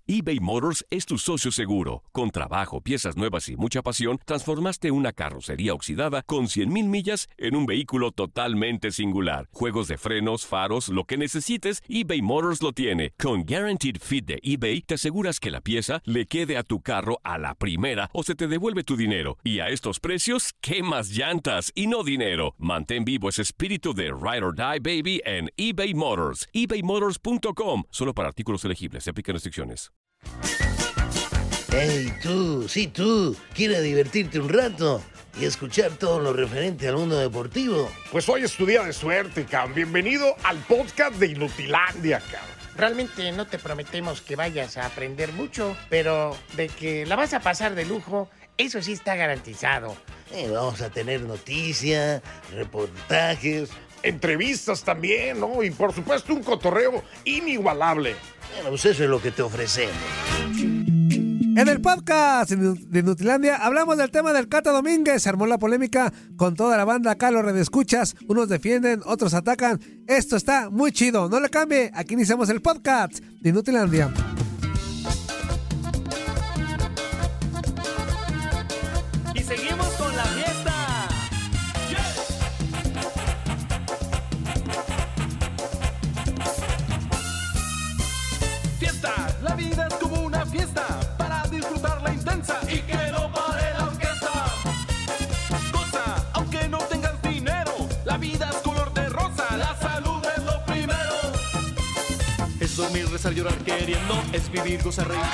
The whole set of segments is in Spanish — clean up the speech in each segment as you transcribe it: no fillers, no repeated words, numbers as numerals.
eBay Motors es tu socio seguro. Con trabajo, piezas nuevas y mucha pasión, transformaste una carrocería oxidada con 100,000 millas en un vehículo totalmente singular. Juegos de frenos, faros, lo que necesites, eBay Motors lo tiene. Con Guaranteed Fit de eBay, te aseguras que la pieza le quede a tu carro a la primera o se te devuelve tu dinero. Y a estos precios, ¿qué más llantas y no dinero? Mantén vivo ese espíritu de Ride or Die, baby, en eBay Motors. ebaymotors.com. Solo para artículos elegibles. Se aplican restricciones. Hey, tú, sí tú, ¿quieres divertirte un rato y escuchar todo lo referente al mundo deportivo? Pues hoy es tu día de suerte, cabrón. Bienvenido al podcast de Inutilandia, cabrón. Realmente no te prometemos que vayas a aprender mucho, pero de que la vas a pasar de lujo, eso sí está garantizado. Vamos a tener noticias, reportajes, Entrevistas también, ¿no? Y por supuesto un cotorreo inigualable. Bueno, pues eso es lo que te ofrecemos. En el podcast de Inutilandia hablamos del tema del Cata Domínguez. Se armó la polémica con toda la banda acá, los redescuchas. Unos defienden, otros atacan. Esto está muy chido. No le cambie. Aquí iniciamos el podcast de Inutilandia. Y seguimos con la fiesta. Fiesta, la vida es como una fiesta para disfrutarla intensa y que no pare la orquesta. Goza, aunque no tengas dinero, la vida es color de rosa, la salud es lo primero. Es dormir, rezar, llorar queriendo, es vivir, gozar, reír.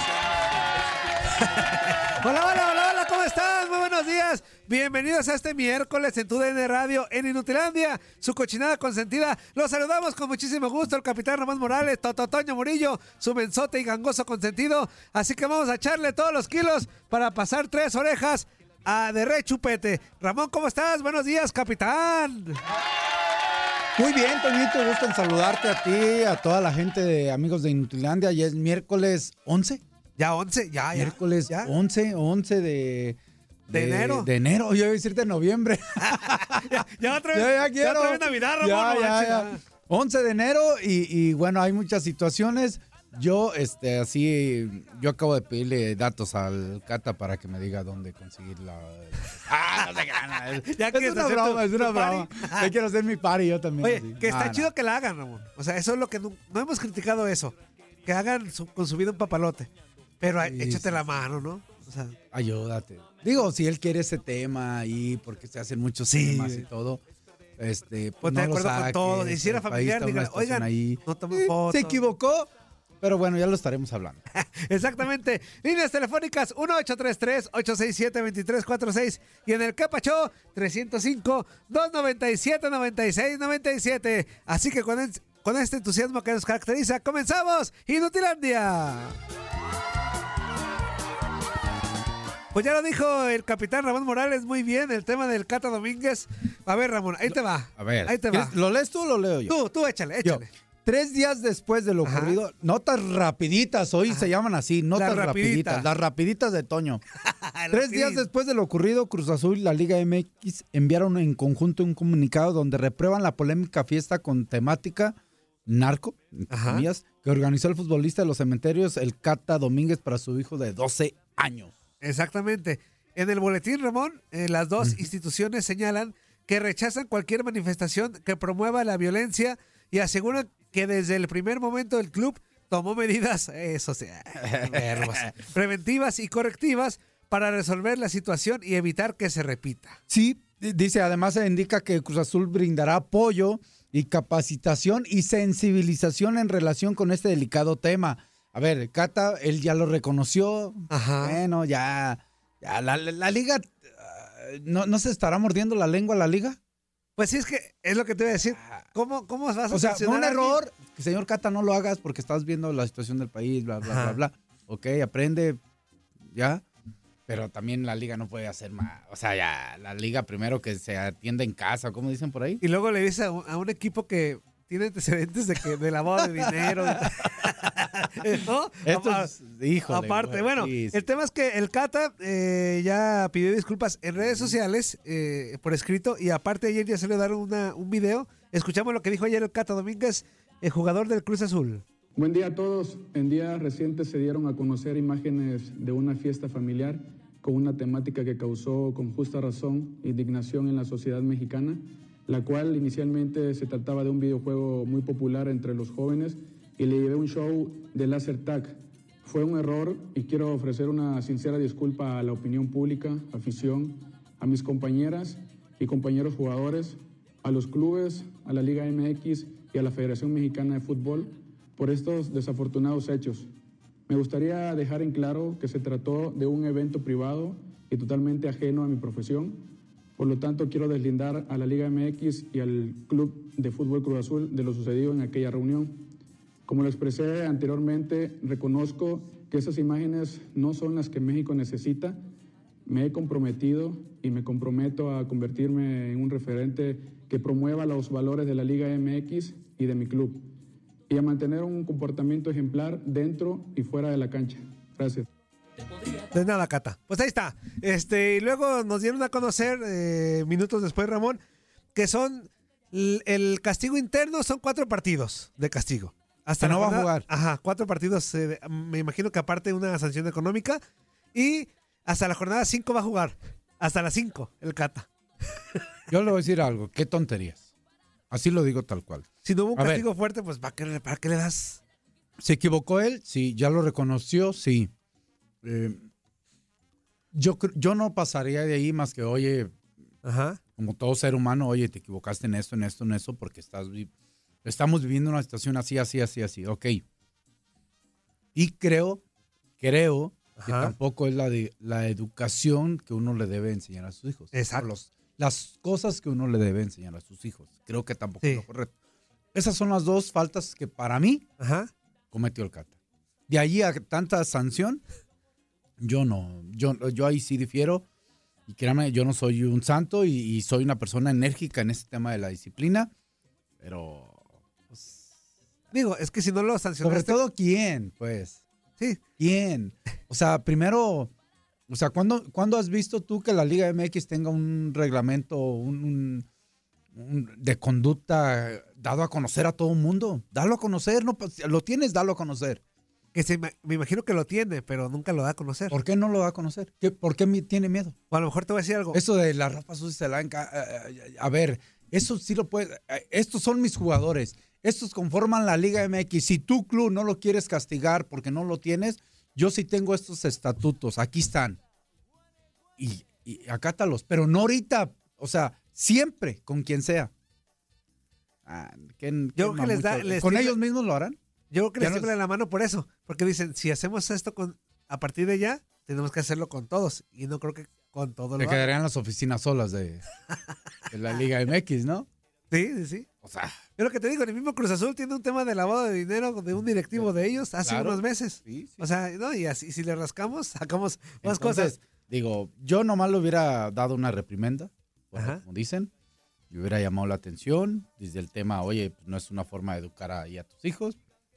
Hola, ¿cómo estás? Muy buenos días. Bienvenidos a este miércoles en tu DN Radio en Inutilandia, su cochinada consentida. Los saludamos con muchísimo gusto, el capitán Ramón Morales, Toño Murillo, su mensote y gangoso consentido. Así que vamos a echarle todos los kilos para pasar 3 orejas de re chupete. Ramón, ¿cómo estás? Buenos días, capitán. Muy bien, Toñito, gusto en saludarte a ti, a toda la gente de amigos de Inutilandia. Ya es miércoles 11. Ya 11, ya. Miércoles ya. 11 de enero. De enero, yo iba a decirte noviembre. ya otra vez. Ya quiero. Ya otra vez Navidad, Ramón. Ya. 11 de enero y bueno, hay muchas situaciones. Yo, yo acabo de pedirle datos al Cata para que me diga dónde conseguir la... no sé qué. Ya Es una broma. Yo quiero hacer mi party yo también. Oye, así. que está chido que la hagan, Ramón. O sea, eso es lo que no hemos criticado eso. Que hagan con su vida un papalote. Pero échate la mano, ¿no? O sea, ayúdate. Digo, si él quiere ese tema ahí, porque se hacen muchos temas y todo, pues de no acuerdo con todo. Y si era familiar, diga, oigan, ahí. no tomen fotos. Se equivocó, pero bueno, ya lo estaremos hablando. Exactamente. Líneas telefónicas 1-833-867-2346 y en el Capachó 305-297-9697. Así que con este entusiasmo que nos caracteriza, ¡comenzamos! ¡Inutilandia! Pues ya lo dijo el capitán Ramón Morales muy bien, el tema del Cata Domínguez. A ver, Ramón, ahí te va. A ver, ahí te va. ¿lo lees tú o lo leo yo? Tú échale. Yo. 3 días después de lo ocurrido, notas rapiditas, hoy se llaman así, notas rapiditas, las rapiditas de Toño. 3 días después de lo ocurrido, Cruz Azul y la Liga MX enviaron en conjunto un comunicado donde reprueban la polémica fiesta con temática narco, comillas, que organizó el futbolista de los Cementerios, el Cata Domínguez, para su hijo de 12 años. Exactamente. En el boletín, Ramón, las dos instituciones señalan que rechazan cualquier manifestación que promueva la violencia y aseguran que desde el primer momento el club tomó medidas preventivas y correctivas para resolver la situación y evitar que se repita. Sí, dice, además se indica que Cruz Azul brindará apoyo y capacitación y sensibilización en relación con este delicado tema. A ver, Cata, él ya lo reconoció. Ajá. Bueno, ya la liga, ¿no se estará mordiendo la lengua la liga? Pues sí, es lo que te voy a decir. ¿Cómo vas a sancionar? O sea, fue un error. Señor Cata, no lo hagas porque estás viendo la situación del país, bla, bla. Ok, aprende, ya. Pero también la liga no puede hacer más. O sea, ya, la liga primero que se atienda en casa, ¿cómo dicen por ahí? Y luego le dice a un equipo que tiene antecedentes de lavado de dinero. ¿No? Híjole, aparte, bueno, sí. El tema es que el Cata ya pidió disculpas en redes sociales por escrito y aparte ayer ya se le dieron un video. Escuchamos lo que dijo ayer el Cata Domínguez, el jugador del Cruz Azul. Buen día a todos. En días recientes se dieron a conocer imágenes de una fiesta familiar con una temática que causó con justa razón indignación en la sociedad mexicana, la cual inicialmente se trataba de un videojuego muy popular entre los jóvenes y le llevé un show de laser tag. Fue un error y quiero ofrecer una sincera disculpa a la opinión pública, afición, a mis compañeras y compañeros jugadores, a los clubes, a la Liga MX y a la Federación Mexicana de Fútbol por estos desafortunados hechos. Me gustaría dejar en claro que se trató de un evento privado y totalmente ajeno a mi profesión. Por lo tanto, quiero deslindar a la Liga MX y al Club de Fútbol Cruz Azul de lo sucedido en aquella reunión. Como lo expresé anteriormente, reconozco que esas imágenes no son las que México necesita. Me he comprometido y me comprometo a convertirme en un referente que promueva los valores de la Liga MX y de mi club, y a mantener un comportamiento ejemplar dentro y fuera de la cancha. Gracias. De nada, Cata. Pues ahí está. Y luego nos dieron a conocer, minutos después, Ramón, que son el castigo interno son 4 partidos de castigo. Hasta no jornada, va a jugar. Ajá, 4 partidos, me imagino que aparte una sanción económica, y hasta la jornada 5 va a jugar. Hasta las 5, el Cata. Yo le voy a decir algo, qué tonterías. Así lo digo tal cual. Si no hubo un castigo fuerte, pues ¿para qué le das? ¿Se equivocó él? Sí. ¿Ya lo reconoció? Sí. Yo no pasaría de ahí más que, oye, como todo ser humano, oye, te equivocaste en esto, porque estamos viviendo una situación así, ok. Y creo que tampoco es la educación que uno le debe enseñar a sus hijos. Exacto. Las cosas que uno le debe enseñar a sus hijos. Creo que tampoco es lo correcto. Esas son las 2 faltas que para mí cometió el Cata. De allí a tanta sanción, yo no. Yo ahí sí difiero. Y créanme, yo no soy un santo y soy una persona enérgica en este tema de la disciplina. Pero, pues, digo, es que si no lo sancionaste... Sobre todo, ¿quién? Pues, sí. ¿Quién? O sea, primero... O sea, ¿cuándo has visto tú que la Liga MX tenga un reglamento de conducta dado a conocer a todo el mundo? Dalo a conocer, no, lo tienes, dalo a conocer. Me imagino que lo tiene, pero nunca lo da a conocer. ¿Por qué no lo da a conocer? ¿Por qué tiene miedo? O a lo mejor te voy a decir algo. Eso de la ropa sucia, a ver, eso sí lo puede. Estos son mis jugadores. Estos conforman la Liga MX. Si tu club no lo quieres castigar porque no lo tienes, yo sí tengo estos estatutos, aquí están. Y acátalos, pero no ahorita, o sea, siempre, con quien sea. Yo creo que ¿Con ellos mismos lo harán? Yo creo que les tiembla la mano por eso, porque dicen, si hacemos esto a partir de ya, tenemos que hacerlo con todos, y no creo que con todos lo quedarían las oficinas solas de la Liga MX, ¿no? Sí. O sea, es lo que te digo, el mismo Cruz Azul tiene un tema de lavado de dinero de un directivo de ellos hace unos meses. Sí. O sea, ¿no? Y así, si le rascamos, sacamos más cosas. Digo, yo nomás le hubiera dado una reprimenda, como dicen. Le hubiera llamado la atención desde el tema, oye, pues no es una forma de educar ahí a tus hijos.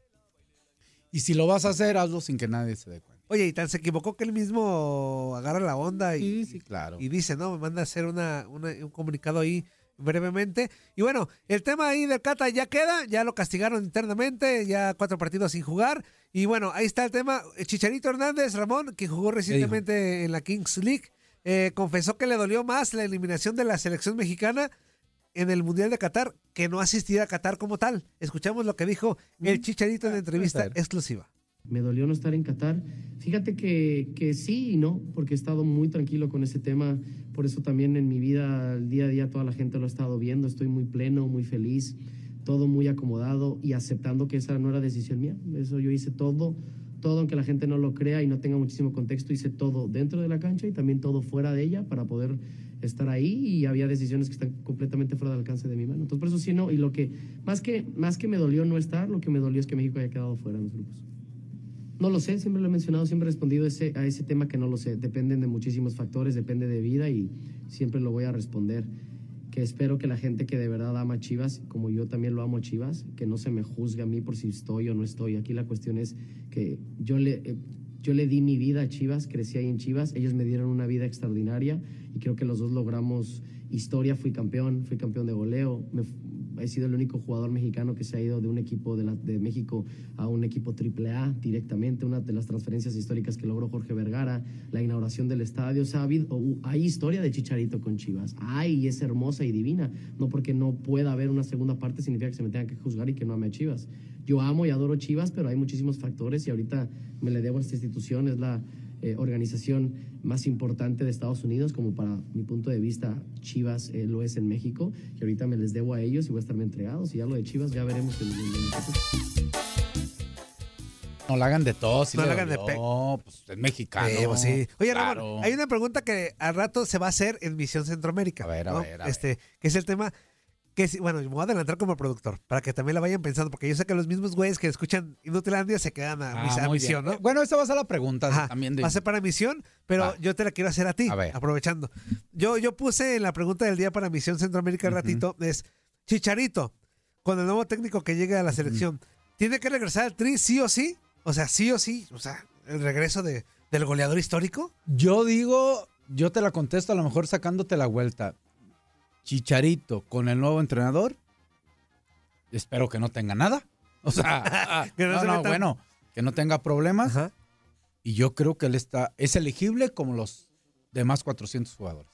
Y si lo vas a hacer, hazlo sin que nadie se dé cuenta. Oye, y tan se equivocó que él mismo agarra la onda sí, claro. Y dice, no, me manda a hacer un comunicado ahí brevemente. Y bueno, el tema ahí del Cata ya queda, ya lo castigaron internamente, ya 4 partidos sin jugar. Y bueno, ahí está el tema. Chicharito Hernández, Ramón, que jugó recientemente en la Kings League, confesó que le dolió más la eliminación de la selección mexicana en el Mundial de Qatar que no asistir a Qatar como tal. Escuchamos lo que dijo el Chicharito en la entrevista exclusiva. Me dolió no estar en Qatar. Fíjate que sí y no, porque he estado muy tranquilo con ese tema. Por eso también en mi vida, el día a día, toda la gente lo ha estado viendo. Estoy muy pleno, muy feliz, todo muy acomodado y aceptando que esa no era decisión mía. Eso yo hice todo, aunque la gente no lo crea y no tenga muchísimo contexto, hice todo dentro de la cancha y también todo fuera de ella para poder estar ahí, y había decisiones que están completamente fuera del alcance de mi mano. Entonces, por eso sí, no. Y lo que, más que me dolió no estar, lo que me dolió es que México haya quedado fuera en los grupos. No lo sé, siempre lo he mencionado, siempre he respondido a ese tema que no lo sé. Dependen de muchísimos factores, depende de vida y siempre lo voy a responder. Que espero que la gente que de verdad ama a Chivas, como yo también lo amo a Chivas, que no se me juzgue a mí por si estoy o no estoy. Aquí la cuestión es que yo le di mi vida a Chivas, crecí ahí en Chivas, ellos me dieron una vida extraordinaria y creo que los dos logramos historia. Fui campeón de goleo, he sido el único jugador mexicano que se ha ido de un equipo de México a un equipo AAA directamente, una de las transferencias históricas que logró Jorge Vergara, la inauguración del estadio. O sea, hay historia de Chicharito con Chivas. Y es hermosa y divina. No porque no pueda haber una segunda parte significa que se me tenga que juzgar y que no ame a Chivas. Yo amo y adoro Chivas, pero hay muchísimos factores y ahorita me le debo a esta institución. Es la organización más importante de Estados Unidos, como para mi punto de vista Chivas lo es en México, y ahorita me les debo a ellos y voy a estarme entregados, y ya lo de Chivas ya veremos en el futuro. No la hagan de tos. No la hagan de No, pues es mexicano. Pues sí. Oye, claro. Ramón, hay una pregunta que al rato se va a hacer en Misión Centroamérica. A ver. Que es el tema que, bueno, me voy a adelantar como productor, para que también la vayan pensando, porque yo sé que los mismos güeyes que escuchan Inutilandia se quedan a Misión, ¿no? Bueno, esa va a ser la pregunta también. Va a ser para Misión, pero yo te la quiero hacer a ti, aprovechando. Yo puse en la pregunta del día para Misión Centroamérica ratito, es Chicharito, con el nuevo técnico que llegue a la selección, ¿tiene que regresar al Tri sí o sí? O sea, sí o sí, o sea, el regreso del goleador histórico. Yo digo, yo te la contesto a lo mejor sacándote la vuelta. Chicharito con el nuevo entrenador, espero que no tenga nada. O sea, que no tenga problemas. Ajá. Y yo creo que él es elegible como los demás 400 jugadores.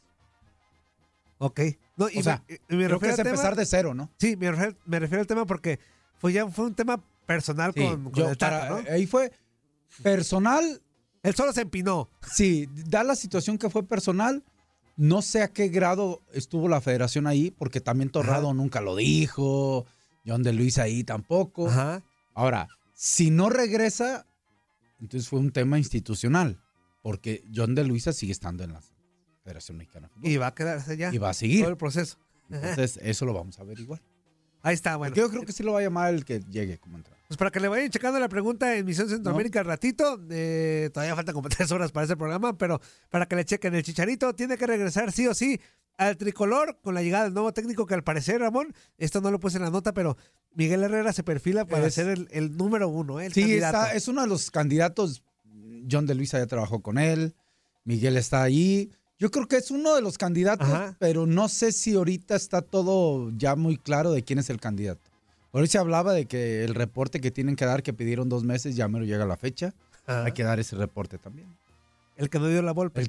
Ok. No, y o sea, creo que es empezar de cero, ¿no? Sí, me refiero al tema porque fue un tema personal con el Tata, ¿no? Ahí fue personal. Él solo se empinó. Sí, da la situación que fue personal. No sé a qué grado estuvo la federación ahí, porque también Torrado nunca lo dijo, John de Luisa ahí tampoco. Ajá. Ahora, si no regresa, entonces fue un tema institucional, porque John de Luisa sigue estando en la Federación Mexicana. Y va a quedarse ya. Y va a seguir. Todo el proceso. Entonces, eso lo vamos a ver igual. Ahí está, bueno. Porque yo creo que sí lo va a llamar el que llegue como entrada. Pues para que le vayan checando la pregunta en Misión Centroamérica al ratito, todavía faltan como 3 horas para ese programa, pero para que le chequen, el Chicharito tiene que regresar sí o sí al tricolor con la llegada del nuevo técnico que al parecer, Ramón, esto no lo puse en la nota, pero Miguel Herrera se perfila para ser el número 1, el candidato. Es uno de los candidatos. John de Luisa ya trabajó con él, Miguel está ahí. Yo creo que es uno de los candidatos, pero no sé si ahorita está todo ya muy claro de quién es el candidato. Hoy se hablaba de que el reporte que tienen que dar, que pidieron 2 meses, ya mero llega la fecha. Hay que dar ese reporte también. El que no dio la Volpe.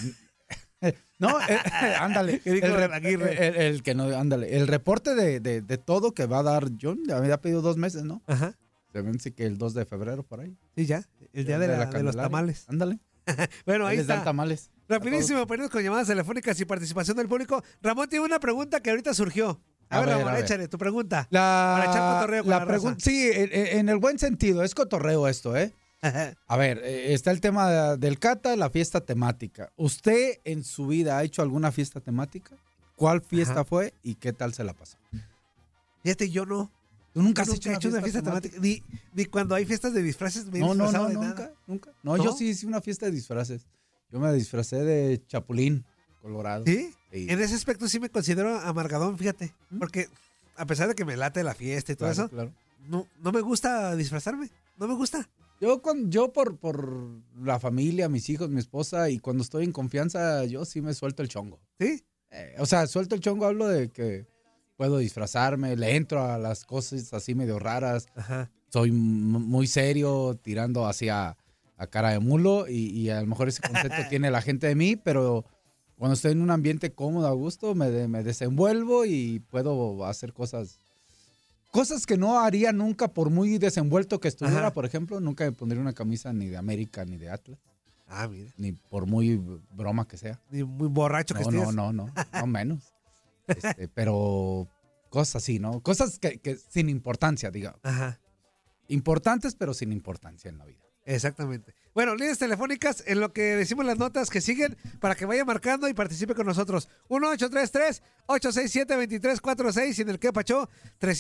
Ándale. El que no, ándale. El reporte de todo que va a dar John, ya me había pedido 2 meses, ¿no? Ajá. Se vence que el 2 de febrero por ahí. Sí, ya. El día de los tamales. Ándale. Bueno, ahí les está. Dan tamales. Rapidísimo, ponemos con llamadas telefónicas y participación del público. Ramón tiene una pregunta que ahorita surgió. A ver, Ramón, échale tu pregunta. Para echar cotorreo con la pregunta. Sí, en el buen sentido. Es cotorreo esto, ¿eh? A ver, está el tema del Cata, la fiesta temática. ¿Usted en su vida ha hecho alguna fiesta temática? ¿Cuál fiesta fue y qué tal se la pasó? Fíjate, yo no. ¿Tú nunca has hecho una fiesta temática? Ni cuando hay fiestas de disfraces me he disfrazado de nunca. No, yo sí hice una fiesta de disfraces. Yo me disfracé de Chapulín Colorado. ¿Sí? En ese aspecto sí me considero amargadón, fíjate. Porque a pesar de que me late la fiesta y todo eso, no me gusta disfrazarme. No me gusta. Yo por la familia, mis hijos, mi esposa, y cuando estoy en confianza, yo sí me suelto el chongo. ¿Sí? O sea, suelto el chongo, hablo de que puedo disfrazarme, le entro a las cosas así medio raras. Ajá. Soy muy serio, tirando hacia a cara de mulo, y a lo mejor ese concepto tiene la gente de mí, pero cuando estoy en un ambiente cómodo, a gusto, me desenvuelvo y puedo hacer cosas que no haría nunca por muy desenvuelto que estuviera. Ajá. Por ejemplo, nunca me pondría una camisa ni de América ni de Atlas. Ah, mira. Ni por muy broma que sea. Ni muy borracho que estés. No menos. Pero cosas así, ¿no? Cosas que sin importancia, digamos. Ajá. Importantes, pero sin importancia en la vida. Exactamente. Bueno, líneas telefónicas en lo que decimos las notas que siguen para que vaya marcando y participe con nosotros. 1-833-867-2346 y en el que pachó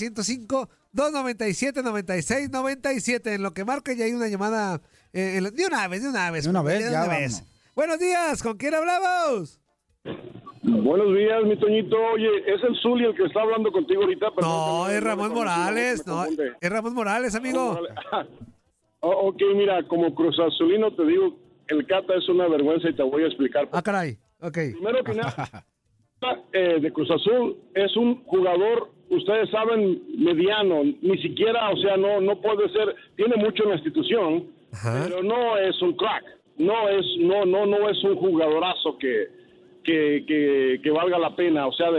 305-297-9697. En lo que marca ya hay una llamada de una vez. Buenos días, ¿con quién hablamos? Buenos días, mi Toñito. Oye, es el Zuli el que está hablando contigo ahorita. Pero no, es Ramón Morales. No, es Ramón Morales, amigo. Ok, mira, como Cruz Azulino te digo, el Cata es una vergüenza y te voy a explicar. Ah, caray, ok. de Cruz Azul es un jugador, ustedes saben, mediano, ni siquiera, o sea, no puede ser, tiene mucho en la institución, pero no es un crack, no es un jugadorazo que valga la pena, o sea,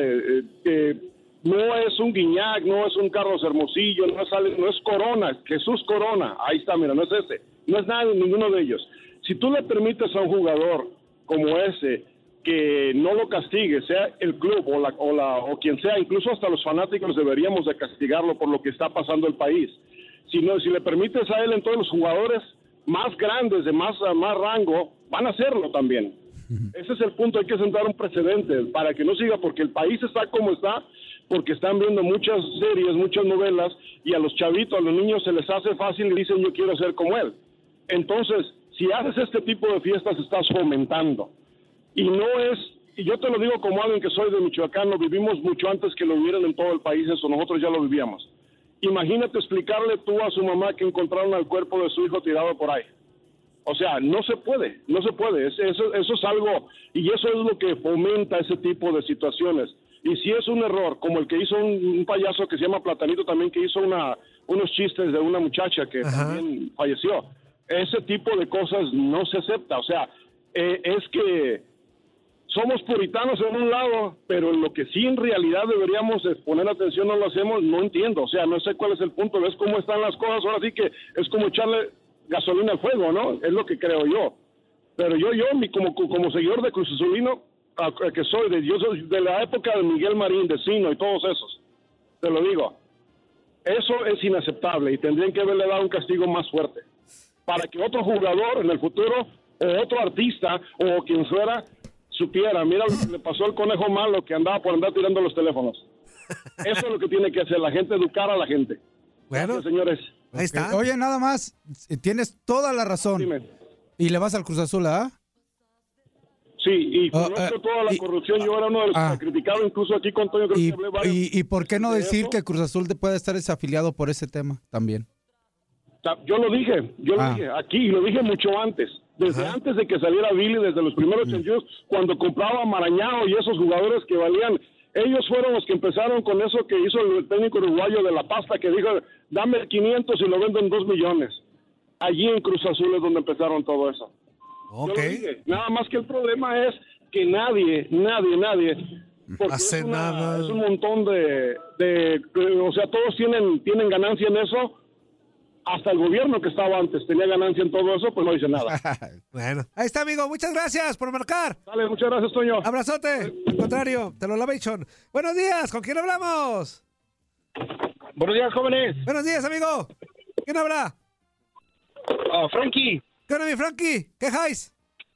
no es un Guiñac, no es un Carlos Hermosillo, no es Corona, Jesús Corona, ahí está, mira, no es ese, no es nada, ninguno de ellos. Si tú le permites a un jugador como ese que no lo castigue, sea el club o quien sea, incluso hasta los fanáticos deberíamos de castigarlo por lo que está pasando en el país. Si le permites a él, entonces los jugadores más grandes, de más rango, van a hacerlo también. Ese es el punto, hay que sentar un precedente para que no siga, porque el país está como está, porque están viendo muchas series, muchas novelas, y a los chavitos, a los niños se les hace fácil y dicen yo quiero ser como él. Entonces, si haces este tipo de fiestas, estás fomentando. Y yo te lo digo como alguien que soy de Michoacán, lo vivimos mucho antes que lo vivieran en todo el país, eso nosotros ya lo vivíamos. Imagínate explicarle tú a su mamá que encontraron el cuerpo de su hijo tirado por ahí. O sea, no se puede. Eso es algo, y eso es lo que fomenta ese tipo de situaciones. Y si es un error, como el que hizo un payaso que se llama Platanito también, que hizo unos chistes de una muchacha que también falleció. Ese tipo de cosas no se acepta. O sea, es que somos puritanos en un lado, pero en lo que sí en realidad deberíamos poner atención no lo hacemos, no entiendo. O sea, no sé cuál es el punto, ves cómo están las cosas, ahora sí que es como echarle gasolina al fuego, ¿no? Es lo que creo yo. Pero yo como seguidor de Cruz Azulino, que yo soy de la época de Miguel Marín, de Sino y todos esos, te lo digo, eso es inaceptable y tendrían que haberle dado un castigo más fuerte para que otro jugador en el futuro o otro artista o quien fuera supiera, mira lo que le pasó al conejo malo que andaba por andar tirando los teléfonos. Eso es lo que tiene que hacer la gente, educar a la gente. Bueno, gracias, señores. Ahí está. Oye, nada más, tienes toda la razón. Dime. ¿Y le vas al Cruz Azul, ah? Sí, y conozco toda la corrupción. Yo era uno de los que criticaba, incluso aquí con Antonio. ¿Y por qué no decir que Cruz Azul puede estar desafiliado por ese tema también? Yo lo dije aquí, y lo dije mucho antes. Desde antes de que saliera Billy, desde los primeros chanchullos, cuando compraba Marañao y esos jugadores que valían, ellos fueron los que empezaron con eso que hizo el técnico uruguayo de la pasta, que dijo, dame 500 y lo vendo en 2 millones. Allí en Cruz Azul es donde empezaron todo eso. Okay. Yo lo dije. Nada más que el problema es que nadie porque hace nada. Es un montón o sea, todos tienen ganancia en eso. Hasta el gobierno que estaba antes tenía ganancia en todo eso, pues no dice nada. Bueno, ahí está, amigo. Muchas gracias por marcar. Dale, muchas gracias, Toño. Abrazote. Al contrario, te lo lavation. Buenos días, ¿con quién hablamos? Buenos días, jóvenes. Buenos días, amigo. ¿Quién habla? Frankie. ¿Qué onda, mi Frankie? ¿Qué jais?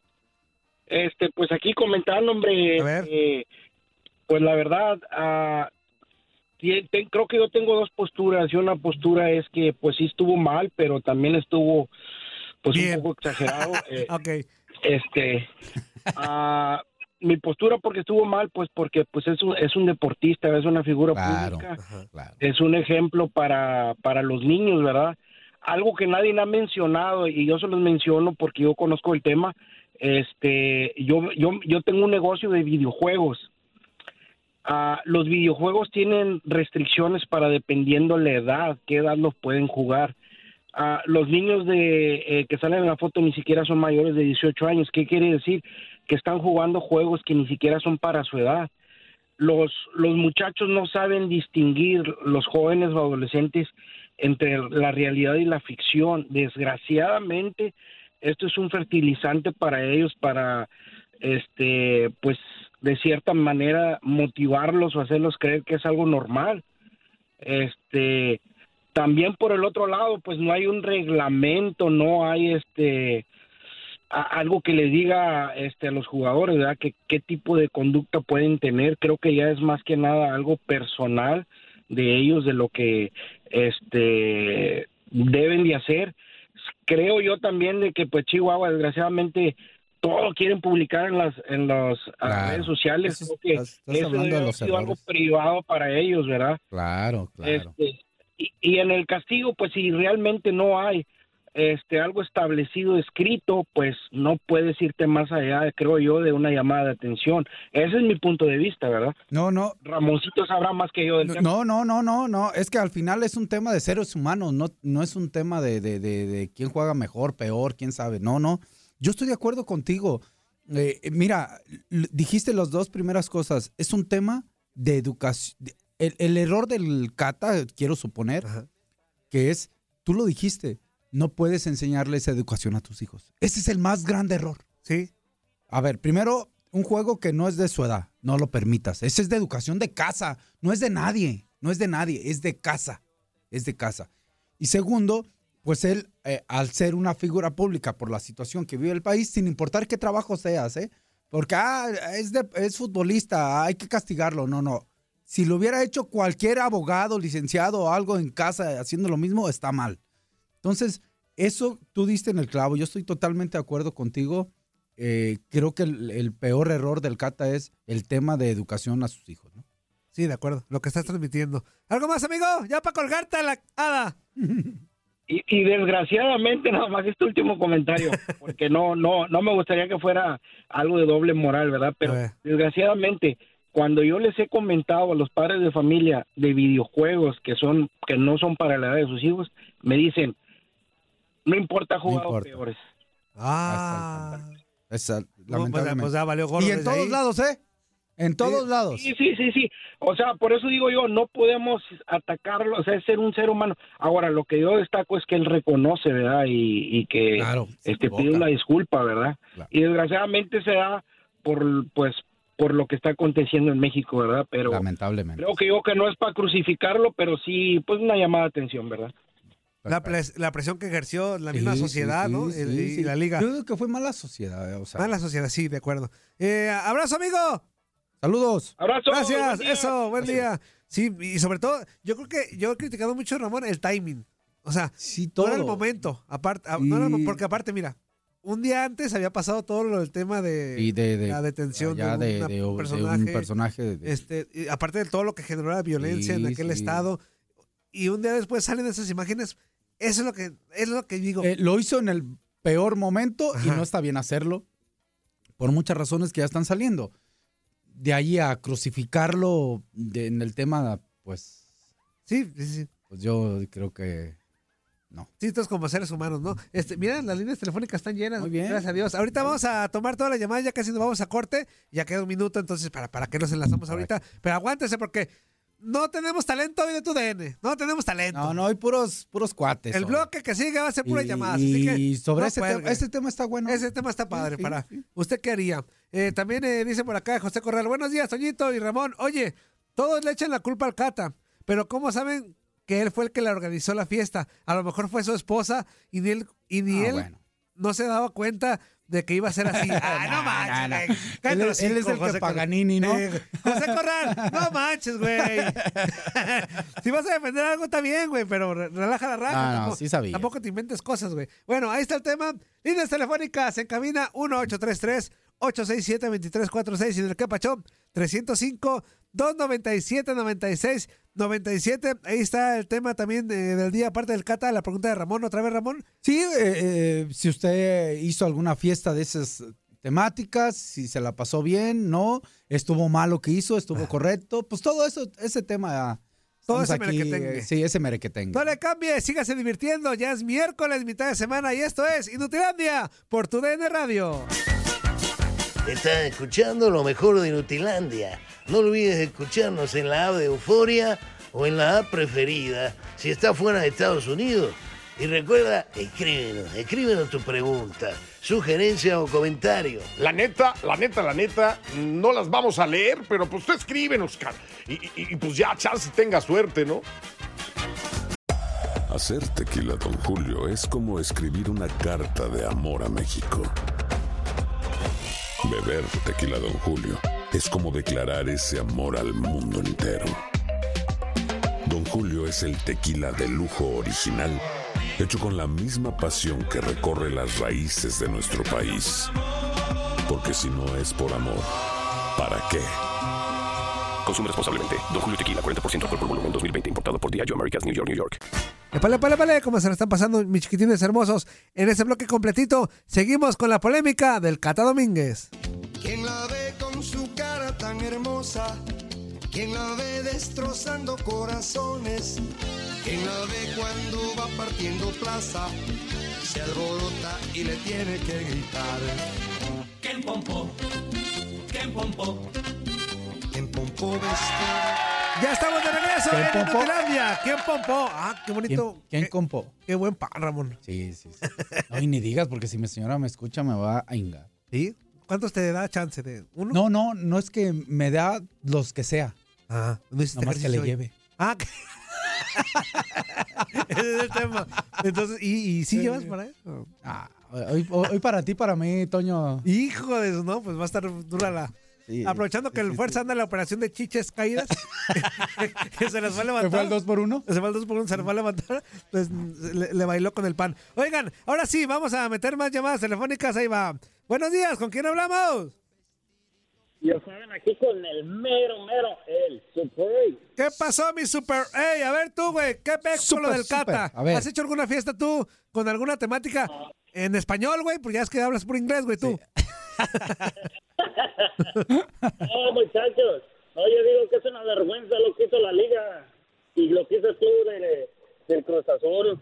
Pues aquí comentando, hombre. A ver. Pues la verdad, creo que yo tengo dos posturas, y una postura es que pues sí estuvo mal, pero también estuvo pues bien. Un poco exagerado. Okay. Mi postura porque estuvo mal, pues porque pues es un deportista, es una figura pública, claro. Es un ejemplo para los niños, ¿verdad? Algo que nadie ha mencionado y yo se los menciono porque yo conozco el tema. Yo tengo un negocio de videojuegos. Los videojuegos tienen restricciones para dependiendo la edad, qué edad los pueden jugar. Los niños que salen en la foto ni siquiera son mayores de 18 años. ¿Qué quiere decir? Que están jugando juegos que ni siquiera son para su edad. Los muchachos no saben distinguir, los jóvenes o adolescentes, entre la realidad y la ficción. Desgraciadamente, esto es un fertilizante para ellos, para pues de cierta manera motivarlos o hacerlos creer que es algo normal. También por el otro lado, pues no hay un reglamento, no hay algo que le diga a los jugadores, ¿verdad? Qué tipo de conducta pueden tener. Creo que ya es más que nada algo personal de ellos, de lo que deben de hacer. Creo yo también de que pues Chihuahua, desgraciadamente, todo quieren publicar en las redes sociales. Eso, creo que estás hablando de los sido algo errores. privado para ellos, ¿verdad? Claro. Y en el castigo, pues si realmente no hay, algo establecido, escrito, pues no puedes irte más allá, creo yo, de una llamada de atención. Ese es mi punto de vista, ¿verdad? No. Ramoncito sabrá más que yo del tema. No. Es que al final es un tema de seres humanos, no es un tema de quién juega mejor, peor, quién sabe. No. Yo estoy de acuerdo contigo. Mira, dijiste las dos primeras cosas. Es un tema de educación. El error del Cata, quiero suponer, que es, tú lo dijiste, no puedes enseñarle esa educación a tus hijos. Ese es el más grande error. Sí. A ver, primero, un juego que no es de su edad, no lo permitas. Ese es de educación de casa, no es de nadie, es de casa. Y segundo, pues él, al ser una figura pública por la situación que vive el país, sin importar qué trabajo seas, porque es futbolista, hay que castigarlo. No. Si lo hubiera hecho cualquier abogado, licenciado o algo en casa haciendo lo mismo, está mal. Entonces, eso tú diste en el clavo. Yo estoy totalmente de acuerdo contigo. Creo que el peor error del Cata es el tema de educación a sus hijos, ¿no? Sí, de acuerdo. Lo que estás transmitiendo. ¿Algo más, amigo? Ya para colgarte a la hada. Y desgraciadamente, nada más este último comentario, porque no me gustaría que fuera algo de doble moral, ¿verdad? Pero desgraciadamente, cuando yo les he comentado a los padres de familia de videojuegos que no son para la edad de sus hijos, me dicen, no importa jugar peores. Lamentablemente. Pues ya valió gordo. Y en todos lados, En todos lados. Sí. O sea, por eso digo yo, no podemos atacarlo, o sea, es ser un ser humano. Ahora, lo que yo destaco es que él reconoce, ¿verdad? Y que pide una disculpa, ¿verdad? Claro. Y desgraciadamente se da por lo que está aconteciendo en México, ¿verdad? Pero lamentablemente. Creo que no es para crucificarlo, pero sí, pues una llamada de atención, ¿verdad? La presión que ejerció la misma sociedad, ¿no? Y la liga. Yo creo que fue mala sociedad. Mala sociedad, sí, de acuerdo. Abrazo, amigo. Saludos. Abrazo. Gracias, buen día. Sí, y sobre todo, yo creo que yo he criticado mucho a Ramón el timing. O sea, no era el momento. Porque aparte, mira, un día antes había pasado todo lo del tema de la detención de un personaje. Aparte de todo lo que generó la violencia en aquel estado. Y un día después salen esas imágenes. Eso es lo que digo. Lo hizo en el peor momento y no está bien hacerlo. Por muchas razones que ya están saliendo. De ahí a crucificarlo en el tema, pues... Sí. Pues yo creo que no. Sí, todos como seres humanos, ¿no? Miren, las líneas telefónicas están llenas. Muy bien. Gracias a Dios. Ahorita vamos a tomar todas las llamadas, ya casi nos vamos a corte. Ya queda un minuto, entonces, ¿para qué nos enlazamos ahorita? Pero aguántese porque... No tenemos talento hoy de tu DN. No tenemos talento. No, hay puros cuates. El bloque que sigue va a ser pura llamadas. Y sobre ese tema está bueno. Ese tema está padre. ¿Usted qué haría? También dice por acá José Corral. Buenos días, Toñito y Ramón. Oye, todos le echan la culpa al Cata. Pero ¿cómo saben que él fue el que le organizó la fiesta? A lo mejor fue su esposa y ni él no se daba cuenta de que iba a ser así. No manches, güey. Él es el que Paganini, ¿no? José Corral, no manches, güey. Si vas a defender algo, está bien, güey, pero relaja la raja. No, sí sabía. Tampoco te inventes cosas, güey. Bueno, ahí está el tema. Líneas telefónicas en cabina 1-833-867-2346 y en el Capachón 305-297-9697. Ahí está el tema también del día, aparte del Cata, la pregunta de Ramón. ¿Otra vez, Ramón? Sí, si usted hizo alguna fiesta de esas temáticas, si se la pasó bien, no, estuvo mal lo que hizo, estuvo correcto, pues todo eso, ese tema... Todo ese merequetengue. Sí, ese merequetengue. No le cambie, sígase divirtiendo. Ya es miércoles, mitad de semana, y esto es Inutilandia por tu DN Radio. Estás escuchando lo mejor de Inutilandia. No olvides escucharnos en la app de Euforia o en la app preferida si estás fuera de Estados Unidos. Y recuerda, escríbenos tu pregunta, sugerencia o comentario. La neta, no las vamos a leer, pero pues tú escríbenos, cara. Y pues ya, chance tenga suerte, ¿no? Hacer tequila Don Julio es como escribir una carta de amor a México. Beber tequila Don Julio es como declarar ese amor al mundo entero. Don Julio es el tequila de lujo original, hecho con la misma pasión que recorre las raíces de nuestro país. Porque si no es por amor, ¿para qué? Consume responsablemente. Don Julio Tequila, 40% alcohol por volumen, 2020. Importado por Diageo Americas, New York, New York. Epale, ¿cómo se la están pasando, mis chiquitines hermosos? En ese bloque completito, seguimos con la polémica del Cata Domínguez. ¿Quién la ve con su cara tan hermosa? ¿Quién la ve destrozando corazones? ¿Quién la ve cuando va partiendo plaza? Se alborota y le tiene que gritar. ¿Quién pompó? ¿Quién pompó? ¿Quién pompó vestido? Ya estamos de regreso en Inutilandia. ¿Quién pompó? Ah, qué bonito. ¿Quién compó? Qué buen pan, Ramón. Sí. No, y ni digas, porque si mi señora me escucha me va a ingar. ¿Sí? ¿Cuántos te da chance? ¿De uno? No es que me da los que sea. Ah, no hiciste nomás que le lleve. Ah, ese es el tema. Entonces, ¿y sí llevas para eso? Ah, hoy para ti, para mí, Toño. Hijo de eso, ¿no? Pues va a estar dura la... Sí, aprovechando que el Fuerza anda en la operación de chiches caídas, que se les va a levantar. ¿Se fue al 2x1? Se fue al 2x1, se les va a levantar, pues le bailó con el pan. Oigan, ahora sí, vamos a meter más llamadas telefónicas, ahí va. Buenos días, ¿con quién hablamos? Ya saben, aquí con el mero, el Super A. ¿Qué pasó, mi Super A? A ver tú, güey, ¿qué pex con lo del Cata? ¿Has hecho alguna fiesta tú con alguna temática en español, güey? Pues ya es que hablas por inglés, güey, tú. Sí. No, muchachos, no, yo digo que es una vergüenza lo que hizo la liga y lo que hizo tú del Cruz Azul.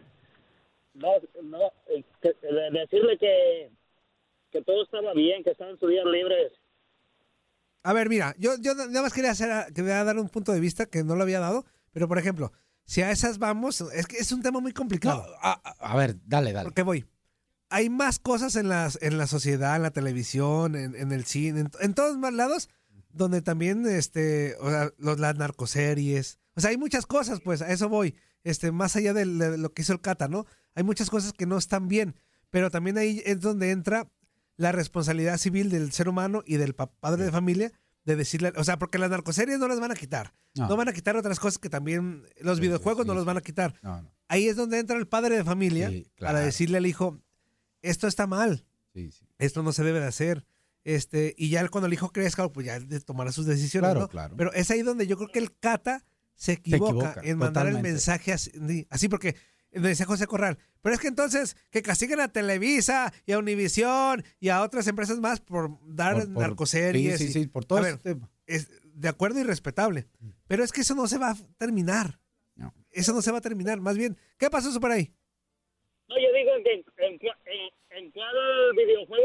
Decirle que todo estaba bien, que estaban sus días libres. A ver, mira, yo nada más quería dar un punto de vista que no lo había dado, pero por ejemplo, si a esas vamos, es que es un tema muy complicado. No, a ver, dale. Porque voy. Hay más cosas en la sociedad, en la televisión, en el cine, en todos más lados, donde también, o sea, las narcoseries, o sea, hay muchas cosas, pues, a eso voy, más allá de lo que hizo el Cata, ¿no? Hay muchas cosas que no están bien, pero también ahí es donde entra la responsabilidad civil del ser humano y del padre de familia de decirle, o sea, porque las narcoseries no las van a quitar, no van a quitar otras cosas que también los videojuegos no los van a quitar. No. Ahí es donde entra el padre de familia para decirle al hijo, esto está mal, esto no se debe de hacer, y ya cuando el hijo crezca, pues ya tomará sus decisiones, ¿no? Claro. Pero es ahí donde yo creo que el Cata se equivoca en mandar el mensaje así porque me decía José Corral, pero es que entonces que castiguen a Televisa y a Univisión y a otras empresas más por dar narcoseries. Sí, por todo ese tema. Es de acuerdo y respetable, pero es que eso no se va a terminar. No. Eso no se va a terminar, más bien, ¿qué pasó eso por ahí? No, yo digo que en cada videojuego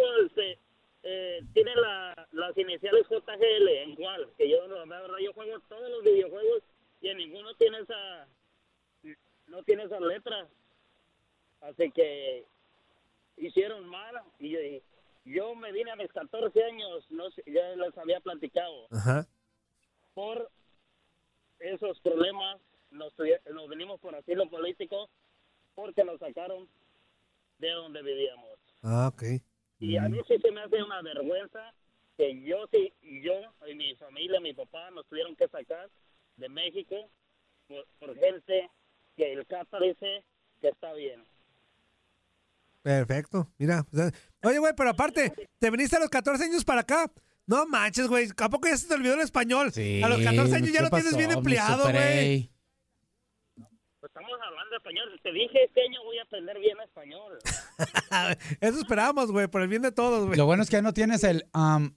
tiene las iniciales JGL, en cuál, que yo la verdad yo juego todos los videojuegos y en ninguno tiene no tiene esas letras, así que hicieron mal y yo me vine a mis 14 años, ya les había platicado. Ajá. Por esos problemas nos venimos por asilo político porque nos sacaron de donde vivíamos. Ah, ok. Y a mí sí se me hace una vergüenza que yo y mi familia, mi papá, nos tuvieron que sacar de México por gente que el Cata dice que está bien. Perfecto, mira. Oye, güey, pero aparte, te viniste a los 14 años para acá. No manches, güey, ¿a poco ya se te olvidó el español? Sí, a los 14 años ya lo tienes bien empleado, güey. Estamos hablando español. Te dije, este año voy a aprender bien español. Eso esperábamos, güey, por el bien de todos, güey. Lo bueno es que ya no tienes el No,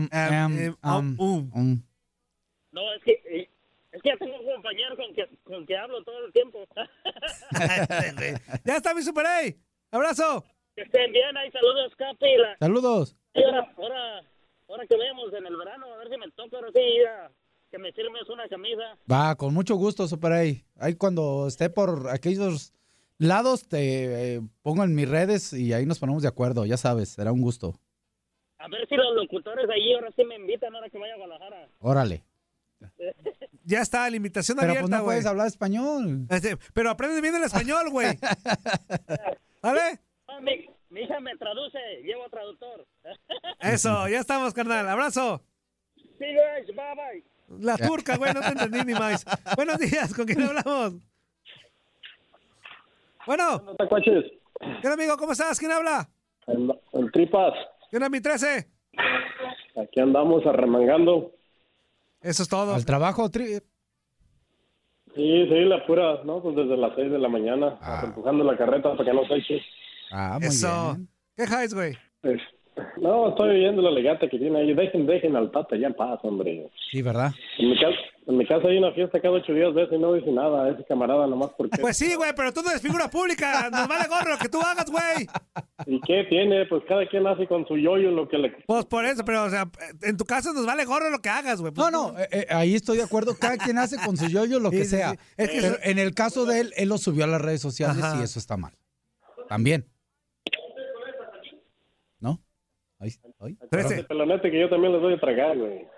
es que ya tengo un compañero con que hablo todo el tiempo. Ya está mi Super A. Abrazo. Que estén bien, ahí saludos, Capi. Saludos. Y ahora que vemos en el verano, a ver si me toca ahora sí que me firmes una camisa. Va, con mucho gusto, Super A. Ahí cuando esté por aquellos lados te pongo en mis redes y ahí nos ponemos de acuerdo, ya sabes, será un gusto. A ver si los locutores ahí ahora sí me invitan ahora que vaya a Guadalajara. Órale. Ya está, la invitación pero abierta, pues no güey. Puedes hablar español. Pero aprende bien el español, güey. ¿Vale? Mi hija me traduce, llevo traductor. Eso, ya estamos, carnal. Abrazo. Sí, guys, bye, bye. La turca, güey, no te entendí ni más. Buenos días, ¿con quién hablamos? Bueno. ¿Qué amigo? ¿Cómo estás? ¿Quién habla? El Tripas. ¿Qué onda, mi 13? Aquí andamos arremangando. Eso es todo. ¿Al trabajo, Sí, la pura, ¿no? Pues desde las 6 de la mañana, empujando la carreta para que no se eche. Muy bien. ¿Qué jaes, güey? No, estoy oyendo la legata que tiene ahí. Dejen al Tata ya en paz, hombre. Sí, ¿verdad? En mi casa hay una fiesta cada 8 días, veces y no dice nada. Ese camarada nomás porque... Pues sí, güey, pero tú no eres figura pública. Nos vale gorro lo que tú hagas, güey. ¿Y qué tiene? Pues cada quien hace con su yoyo lo que le... Pues por eso, pero, o sea, en tu caso nos vale gorro lo que hagas, güey. Pues, ahí estoy de acuerdo. Cada quien hace con su yoyo lo que sea. Sí. Es que pero en el caso de él lo subió a las redes sociales y eso está mal. También. ¿No? Ahí. 13. Pelonete que yo también les doy a tragar, güey.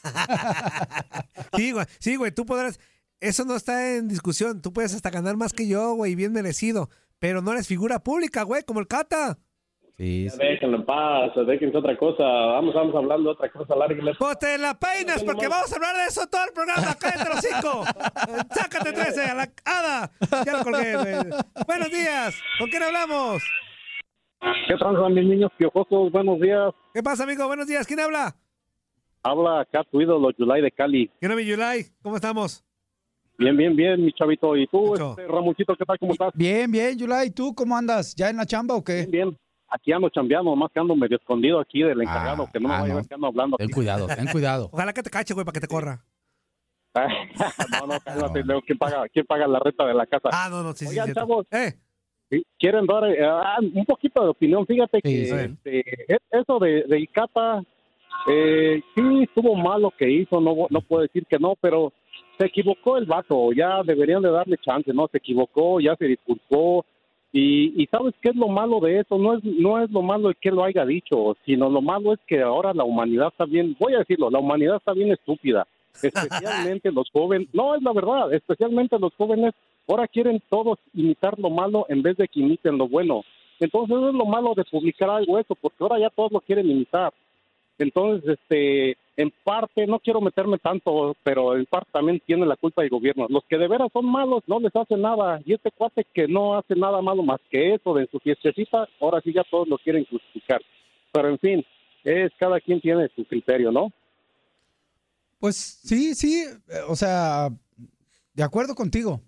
Sí, güey, tú podrás... Eso no está en discusión. Tú puedes hasta ganar más que yo, güey, bien merecido. Pero no eres figura pública, güey, como el Cata. Sí. Déjenlo en paz, déjense otra cosa. Vamos hablando de otra cosa, lárguenle. Pues te la peinas, porque vamos a hablar de eso todo el programa. ¡Cállate los hocico! ¡Sácate 13 a la hada! Ya lo colgué, güey. Buenos días. ¿Con quién hablamos? ¿Qué transan, mis niños piojosos? Buenos días. ¿Qué pasa, amigo? Buenos días. ¿Quién habla? Habla acá tu ídolo, Yulai de Cali. ¿Qué onda, mi Yulai? ¿Cómo estamos? Bien, mi chavito. ¿Y tú, Ramoncito, qué tal? ¿Cómo estás? Bien, Yulai. ¿Y tú cómo andas? ¿Ya en la chamba o qué? Bien. Aquí ando chambeando, más que ando medio escondido aquí del encargado, que no me vaya a ver que ando hablando. Ten cuidado. Ojalá que te cache, güey, para que te corra. No, cálmate, Leo. ¿Quién paga la renta de la casa? No, sí. Oigan, chavos, quieren dar un poquito de opinión. Fíjate que eso de Icata, sí estuvo mal lo que hizo, no puedo decir que no, pero se equivocó el vato, ya deberían de darle chance, ¿no? Se equivocó, ya se disculpó. Y ¿sabes qué es lo malo de eso? No es lo malo de que lo haya dicho, sino lo malo es que ahora la humanidad está bien, voy a decirlo, la humanidad está bien estúpida, especialmente los jóvenes, no, es la verdad, especialmente los jóvenes, ahora quieren todos imitar lo malo en vez de que imiten lo bueno. Entonces eso es lo malo de publicar algo eso, porque ahora ya todos lo quieren imitar. Entonces, en parte, no quiero meterme tanto, pero en parte también tiene la culpa el gobierno. Los que de veras son malos no les hace nada. Y este cuate que no hace nada malo más que eso de su fiestecita, ahora sí ya todos lo quieren justificar. Pero en fin, cada quien tiene su criterio, ¿no? Pues sí, o sea, de acuerdo contigo.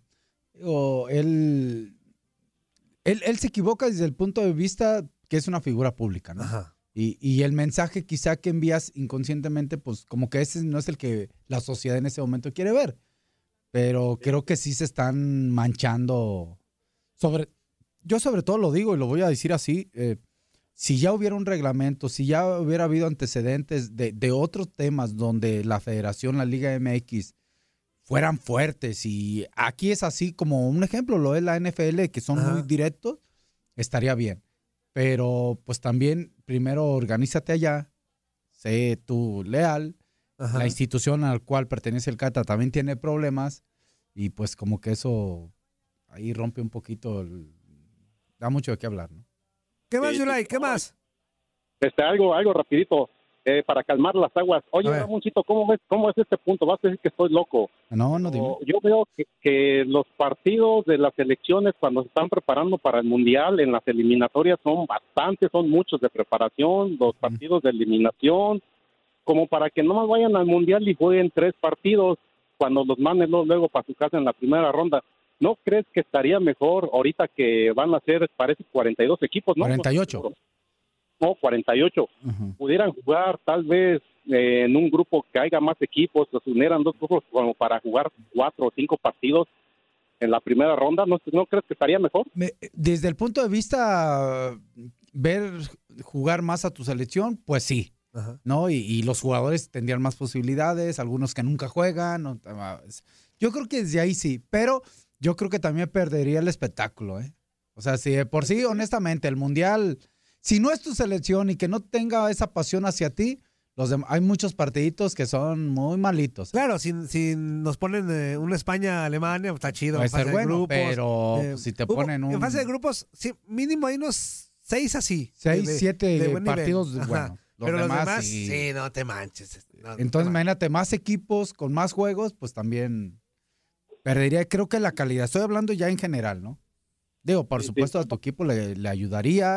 Él se equivoca desde el punto de vista que es una figura pública, ¿no? Ajá. Y el mensaje quizá que envías inconscientemente, pues como que ese no es el que la sociedad en ese momento quiere ver. Pero creo que sí se están manchando. Yo sobre todo lo digo y lo voy a decir así, si ya hubiera un reglamento, si ya hubiera habido antecedentes de otros temas donde la federación, la Liga MX, fueran fuertes, y aquí es así como un ejemplo, lo es la NFL, que son muy directos, estaría bien. Pero pues también primero organízate allá, sé tú leal, la institución a la cual pertenece el Cata también tiene problemas, y pues como que eso ahí rompe un poquito, da mucho de qué hablar, ¿no? ¿Qué más, Yulai? ¿Qué más? Algo rapidito, para calmar las aguas. Oye, Ramoncito, ¿cómo es este punto? Vas a decir que estoy loco. No, dime. Yo veo que los partidos de las elecciones, cuando se están preparando para el Mundial, en las eliminatorias son muchos de preparación, los partidos de eliminación, como para que no más vayan al Mundial y jueguen 3 partidos cuando los manden luego para su casa en la primera ronda. ¿No crees que estaría mejor ahorita que van a ser, parece, 42 equipos, ¿no? 48. No, 48. Pudieran jugar tal vez en un grupo que haya más equipos, se unieran 2 grupos como para jugar 4 o 5 partidos en la primera ronda. ¿No crees que estaría mejor? Desde el punto de vista ver jugar más a tu selección, pues sí. ¿No? Y los jugadores tendrían más posibilidades, algunos que nunca juegan. ¿No? Yo creo que desde ahí sí, pero yo creo que también perdería el espectáculo, ¿eh? O sea, si de por sí, honestamente, el Mundial, si no es tu selección y que no tenga esa pasión hacia ti, hay muchos partiditos que son muy malitos. Claro, si nos ponen una España-Alemania, está chido. Puede ser bueno, grupos, pero si te ponen en fase de grupos, sí, mínimo hay unos 6 así. 6, 7 partidos, bueno. Pero los demás, sí, no te manches. Entonces, imagínate, más equipos con más juegos, pues también perdería, creo que la calidad. Estoy hablando ya en general, ¿no? Digo, por supuesto, a tu equipo le ayudaría,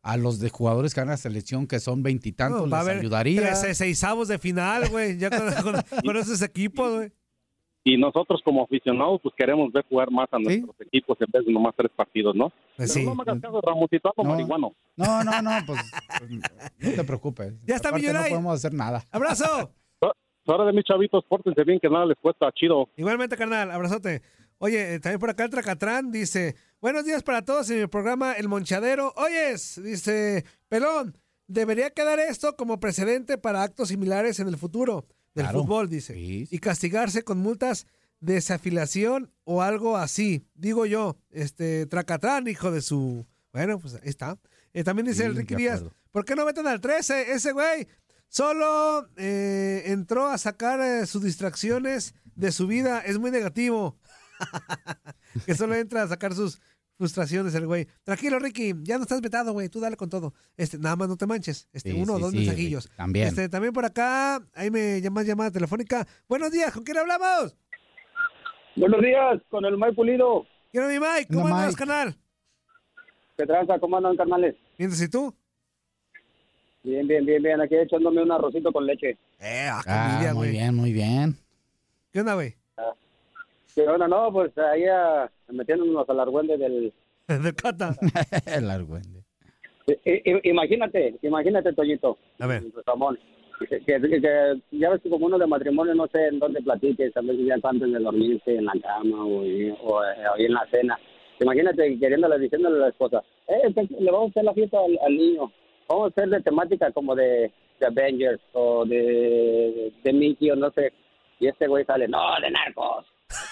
a los de jugadores que van a la selección, que son 20 y tantos, va a les haber ayudaría. 16avos de final, güey, ya con esos equipos, güey. Y nosotros como aficionados, pues queremos ver jugar más a nuestros equipos en vez de nomás 3 partidos, ¿no? Pues Pero no me hagas caso, Ramosito, ando marihuano. No, pues no te preocupes. Ya está, Aparte, Millonario. no podemos hacer nada. ¡Abrazo! Ahora de mis chavitos, pórtense bien, que nada les cuesta, chido. Igualmente, carnal, abrazote. Oye, también por acá el Tracatrán dice, buenos días para todos en el programa El Monchadero. Oyes, dice, Pelón, debería quedar esto como precedente para actos similares en el futuro del fútbol, dice. Y castigarse con multas de desafiliación o algo así. Digo yo, Tracatrán, hijo de su... Bueno, pues ahí está. También dice el Ricky Díaz, ¿por qué no meten al 13? Ese güey solo entró a sacar sus distracciones de su vida. Es muy negativo. Que solo entra a sacar sus frustraciones el güey. Tranquilo, Ricky, ya no estás vetado, güey. Tú dale con todo. Nada más no te manches. Uno o dos mensajillos. Ricky, también. También por acá, ahí me llamas llamada telefónica. Buenos días, ¿con quién hablamos? Buenos días, con el Mike Pulido. Quiero mi Mike, ¿cómo andas, canal? ¿Qué tranza? ¿Cómo andan, carnales? Bien, ¿y tú? Bien, aquí echándome un arrocito con leche. Muy bien. ¿Qué onda, güey? ¿Qué onda? No, pues ahí metiéndonos al argüende del... del Cata. El argüende. Imagínate, Toñito. A ver. Ramón. Que ya ves que como uno de matrimonio no sé en dónde platiques, tal vez ya antes de dormirse en la cama o ahí en la cena. Imagínate diciéndole a la esposa, le vamos a hacer la fiesta al niño. Vamos a hacer de temática como de Avengers o de Mickey o no sé. Y este güey sale, no, de narcos.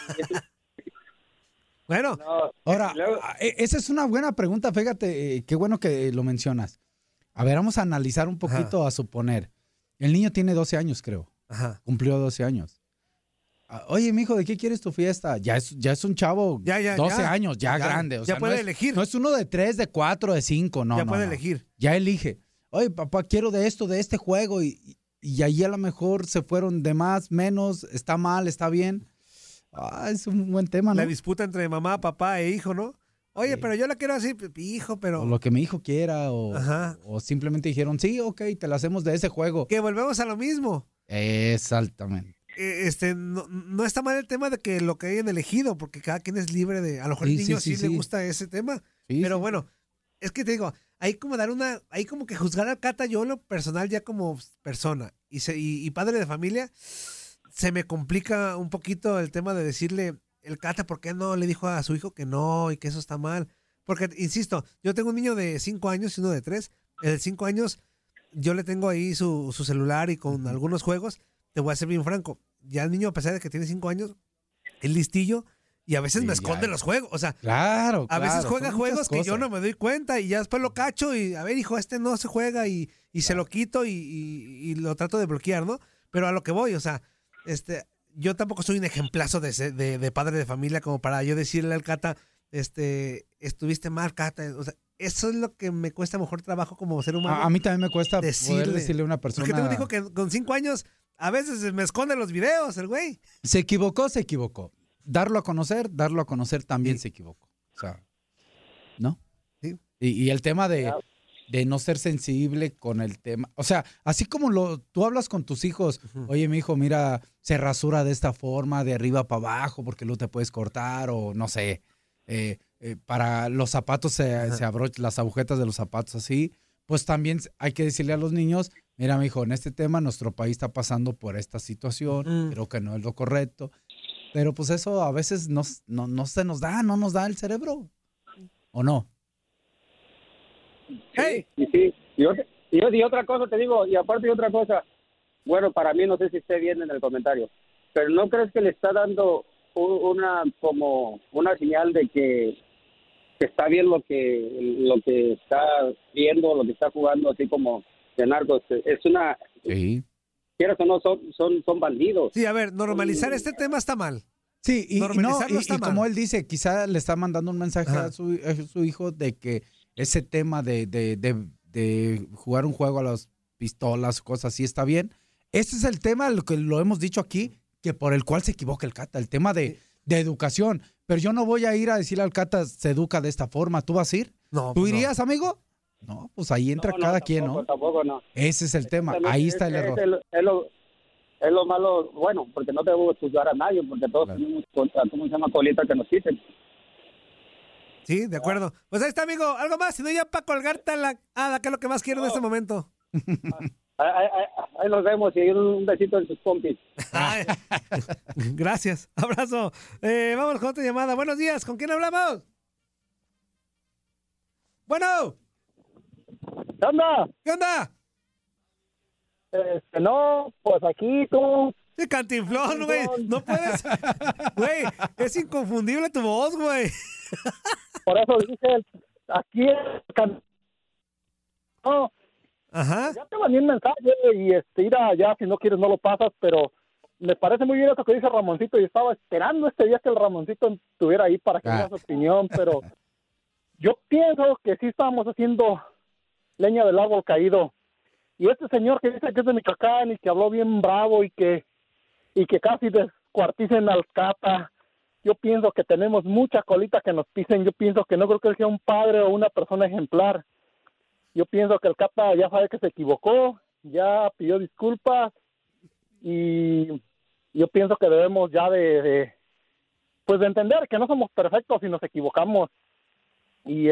Bueno. No, ahora, esa es una buena pregunta, fíjate, qué bueno que lo mencionas. A ver, vamos a analizar un poquito, a suponer. El niño tiene 12 años, creo. Cumplió 12 años. Oye, mijo, ¿de qué quieres tu fiesta? Ya es un chavo, 12 años, ya grande. O sea, puede elegir. No es uno de 3, de 4, de 5, no. Ya puede elegir. Ya elige. Oye, papá, quiero de este juego. Y ahí a lo mejor se fueron de más, menos, está mal, está bien. Es un buen tema, ¿no? La disputa entre mamá, papá e hijo, ¿no? Oye, pero yo la quiero así, hijo, pero... O lo que mi hijo quiera, o simplemente dijeron, sí, ok, te la hacemos de ese juego. Que volvemos a lo mismo. Exactamente. No está mal el tema de que lo que hayan elegido, porque cada quien es libre de... A lo mejor el niño sí le gusta ese tema. Pero bueno, es que te digo, hay como que juzgar al Cata, yo en lo personal ya como persona y padre de familia, se me complica un poquito el tema de decirle, el Cata, ¿por qué no le dijo a su hijo que no y que eso está mal? Porque, insisto, yo tengo un niño de 5 años y uno de 3. El de 5 años, yo le tengo ahí su celular y con algunos juegos. Te voy a ser bien franco. Ya el niño, a pesar de que tiene 5 años, es listillo y a veces me esconde los juegos. O sea, a veces juega juegos que yo no me doy cuenta y ya después lo cacho y, a ver, hijo, no se juega y se lo quito y lo trato de bloquear, ¿no? Pero a lo que voy, o sea, yo tampoco soy un ejemplazo de padre de familia como para yo decirle al Cata, estuviste mal, Cata. O sea, eso es lo que me cuesta mejor trabajo como ser humano. A mí también me cuesta poder decirle a una persona. Porque tengo un hijo que con 5 años a veces me esconde los videos, el güey. Se equivocó. Darlo a conocer también se equivocó. O sea, ¿no? Sí. Y el tema de no ser sensible con el tema. O sea, así como tú hablas con tus hijos, oye, mi hijo, mira, se rasura de esta forma, de arriba para abajo, porque luego te puedes cortar, o no sé, para los zapatos se abrochan las agujetas de los zapatos así. Pues también hay que decirle a los niños, mira, mi hijo, en este tema nuestro país está pasando por esta situación, creo que no es lo correcto. Pero pues eso a veces no se nos da, no nos da el cerebro. ¿O no? Sí. Y otra cosa te digo, y aparte de otra cosa, bueno, para mí no sé si esté bien en el comentario, pero ¿no crees que le está dando una señal de que está bien lo que está viendo, lo que está jugando, así como de narcos? Es una... Sí. Quieras o no, son bandidos. Sí, a ver, normalizar este tema está mal. Sí, y está mal. Como él dice, quizá le está mandando un mensaje a su hijo de que ese tema de jugar un juego a las pistolas, cosas así, está bien. Ese es el tema, lo que lo hemos dicho aquí, que por el cual se equivoca el Cata, el tema de educación. Pero yo no voy a ir a decirle al Cata, se educa de esta forma. ¿Tú vas a ir? No. ¿Tú irías, amigo? No, pues ahí entra cada quien, ¿no? Tampoco, no. Ese es el tema, ahí está el error. Es lo malo, bueno, porque no debo juzgar a nadie, porque todos tenemos, ¿cómo se llama? Colita que nos quiten. Sí, de acuerdo. Pues ahí está, amigo. Algo más, si no ya para colgarte que es lo que más quiero en este momento. Ahí nos vemos y un besito en sus pompis. Gracias, abrazo. Vamos con otra llamada. Buenos días, ¿con quién hablamos? Bueno. ¿Qué onda? ¿Qué onda? No, pues aquí tú. Sí, Cantinflón, güey. No puedes. Güey, es inconfundible tu voz, güey. Por eso dije, aquí no. Ajá. Ya te mandé un mensaje y ir allá, si no quieres no lo pasas, pero me parece muy bien eso que dice Ramoncito y estaba esperando este día que el Ramoncito estuviera ahí para que diera su opinión, pero yo pienso que sí estamos haciendo leña del árbol caído. Y este señor que dice que es de Michoacán y que habló bien bravo y que casi descuarticen al Cata, yo pienso que tenemos mucha colita que nos pisen. Yo pienso que no creo que él sea un padre o una persona ejemplar. Yo pienso que el Cata ya sabe que se equivocó, ya pidió disculpas y yo pienso que debemos ya de entender que no somos perfectos y nos equivocamos. Y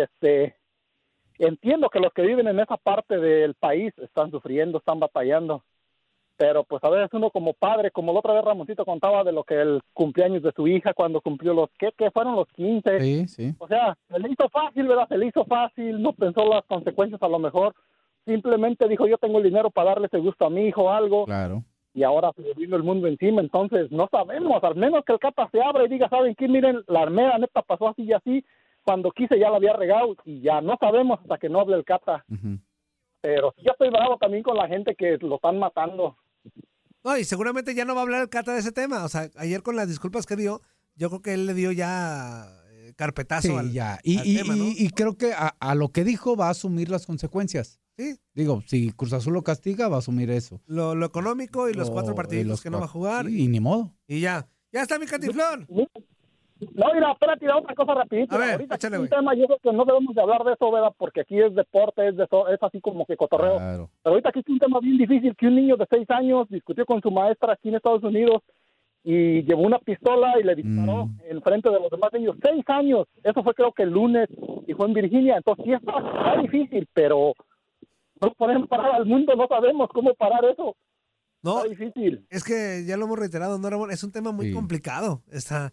entiendo que los que viven en esa parte del país están sufriendo, están batallando, pero pues a veces uno como padre, como la otra vez Ramoncito contaba de lo que el cumpleaños de su hija cuando cumplió ¿qué fueron los 15? Sí. O sea, se le hizo fácil, ¿verdad? Se le hizo fácil, no pensó las consecuencias a lo mejor, simplemente dijo yo tengo el dinero para darle ese gusto a mi hijo o algo. Claro. Y ahora se le vino el mundo encima, entonces no sabemos, al menos que el Cata se abra y diga, ¿saben qué? Miren, la armera neta pasó así y así, cuando quise ya la había regado y ya no sabemos hasta que no hable el Cata. Uh-huh. Pero sí, yo estoy bravo también con la gente que lo están matando. No, y seguramente ya no va a hablar el Cata de ese tema. O sea, ayer con las disculpas que dio, yo creo que él le dio ya carpetazo al tema, ¿no? Y creo que a lo que dijo va a asumir las consecuencias. Sí. Digo, si Cruz Azul lo castiga, va a asumir eso. Lo económico y los 4 partidos que no va a jugar. Y ni modo. Y ya está mi Cantinflón. No, mira, espérate, otra cosa rapidito. A ver, ahorita échale, un tema, yo creo que no debemos de hablar de eso, ¿verdad? Porque aquí es deporte, es así como que cotorreo. Claro. Pero ahorita aquí es un tema bien difícil, que un niño de 6 años discutió con su maestra aquí en Estados Unidos y llevó una pistola y le disparó en frente de los demás niños. 6 años, eso fue creo que el lunes y fue en Virginia. Entonces sí está difícil, pero no podemos parar al mundo, no sabemos cómo parar eso. No, está difícil. Es que ya lo hemos reiterado, ¿no, Ramón? Es un tema muy complicado. Está...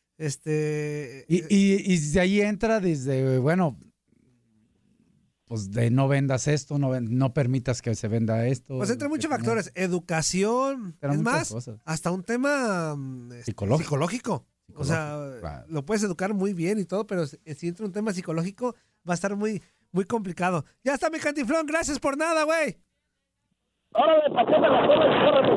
Y de ahí entra desde, bueno, pues de no vendas esto, no permitas que se venda esto. Pues entre muchos factores, educación, es más, cosas. Hasta un tema psicológico. O sea, claro, lo puedes educar muy bien y todo, pero si entra un tema psicológico va a estar muy, muy complicado. Ya está mi Cantinflón, gracias por nada, güey. ¡Órale, pasemos la cola y córrete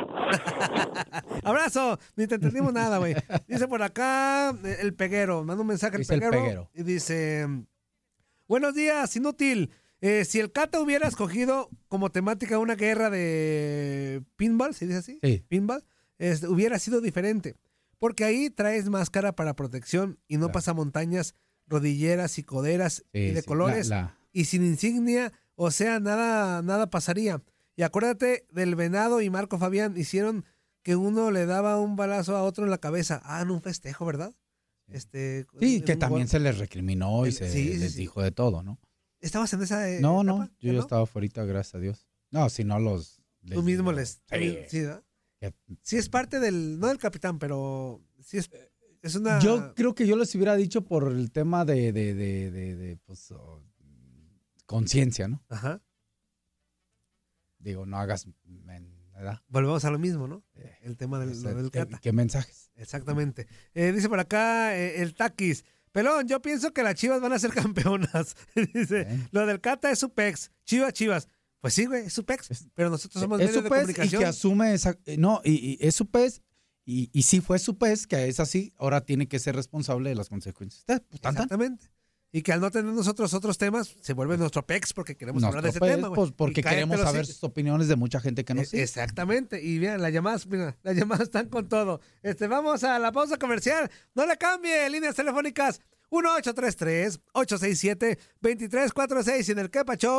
ya! Abrazo, ni te entendimos nada, güey. Dice por acá el Peguero, manda un mensaje al Peguero y dice: buenos días, inútil. Si el Cata hubiera escogido como temática una guerra de pinball, ¿se dice así? Sí. Pinball, hubiera sido diferente. Porque ahí traes máscara para protección y no pasa montañas, rodilleras y coderas y de colores. Y sin insignia, o sea, nada pasaría. Y acuérdate del Venado y Marco Fabián, hicieron que uno le daba un balazo a otro en la cabeza. En un festejo, ¿verdad? Sí, que también se les recriminó y se les dijo de todo, ¿no? ¿Estabas en esa No, etapa? yo ya estaba afuera, gracias a Dios. No, si no los... Tú mismo les... Sí, ¿verdad? Sí es parte del... No del capitán, pero sí es una... Yo creo que yo les hubiera dicho por el tema de pues, conciencia, ¿no? Ajá. Digo, no hagas... ¿verdad? Volvemos a lo mismo, ¿no? El tema del Cata. ¿Qué mensajes? Exactamente. Dice por acá el Taquis. Pelón, yo pienso que las Chivas van a ser campeonas. Dice, lo del Cata es su pex. Chivas. Pues sí, güey, es su pex. Pero nosotros somos medios de comunicación. Y que asume esa... No, y es su pez. Y sí fue su pez, que es así. Ahora tiene que ser responsable de las consecuencias. Exactamente. Y que al no tener nosotros otros temas, se vuelve nuestro pex porque queremos hablar de ese tema, güey. Pues porque queremos saber sus opiniones de mucha gente que no sigue. Exactamente. Y mira, las llamadas están con todo. Vamos a la pausa comercial. No le cambie. Líneas telefónicas 1-833-867-2346 y en el Kepa Show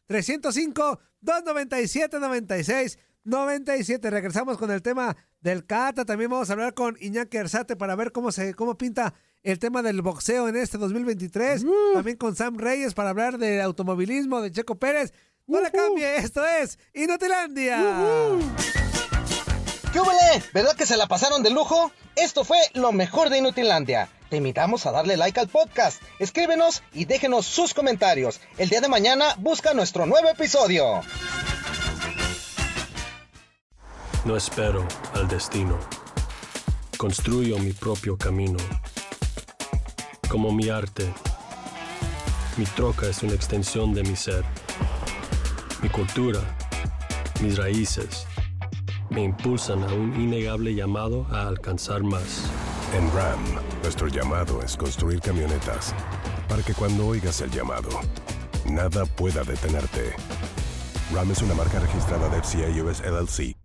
305-297-9697. Regresamos con el tema del Cata. También vamos a hablar con Iñaki Arzate para ver cómo pinta el tema del boxeo en este 2023. También con Sam Reyes para hablar del automovilismo de Checo Pérez. No le cambie, esto es Inutilandia. ¿Qué huele? ¿Verdad que se la pasaron de lujo? Esto fue lo mejor de Inutilandia. Te invitamos a darle like al podcast, escríbenos y déjenos sus comentarios. El día de mañana busca nuestro nuevo episodio. No espero al destino. Construyo mi propio camino. Como mi arte, mi troca es una extensión de mi ser. Mi cultura, mis raíces, me impulsan a un innegable llamado a alcanzar más. En Ram, nuestro llamado es construir camionetas para que cuando oigas el llamado, nada pueda detenerte. Ram es una marca registrada de FCA US LLC.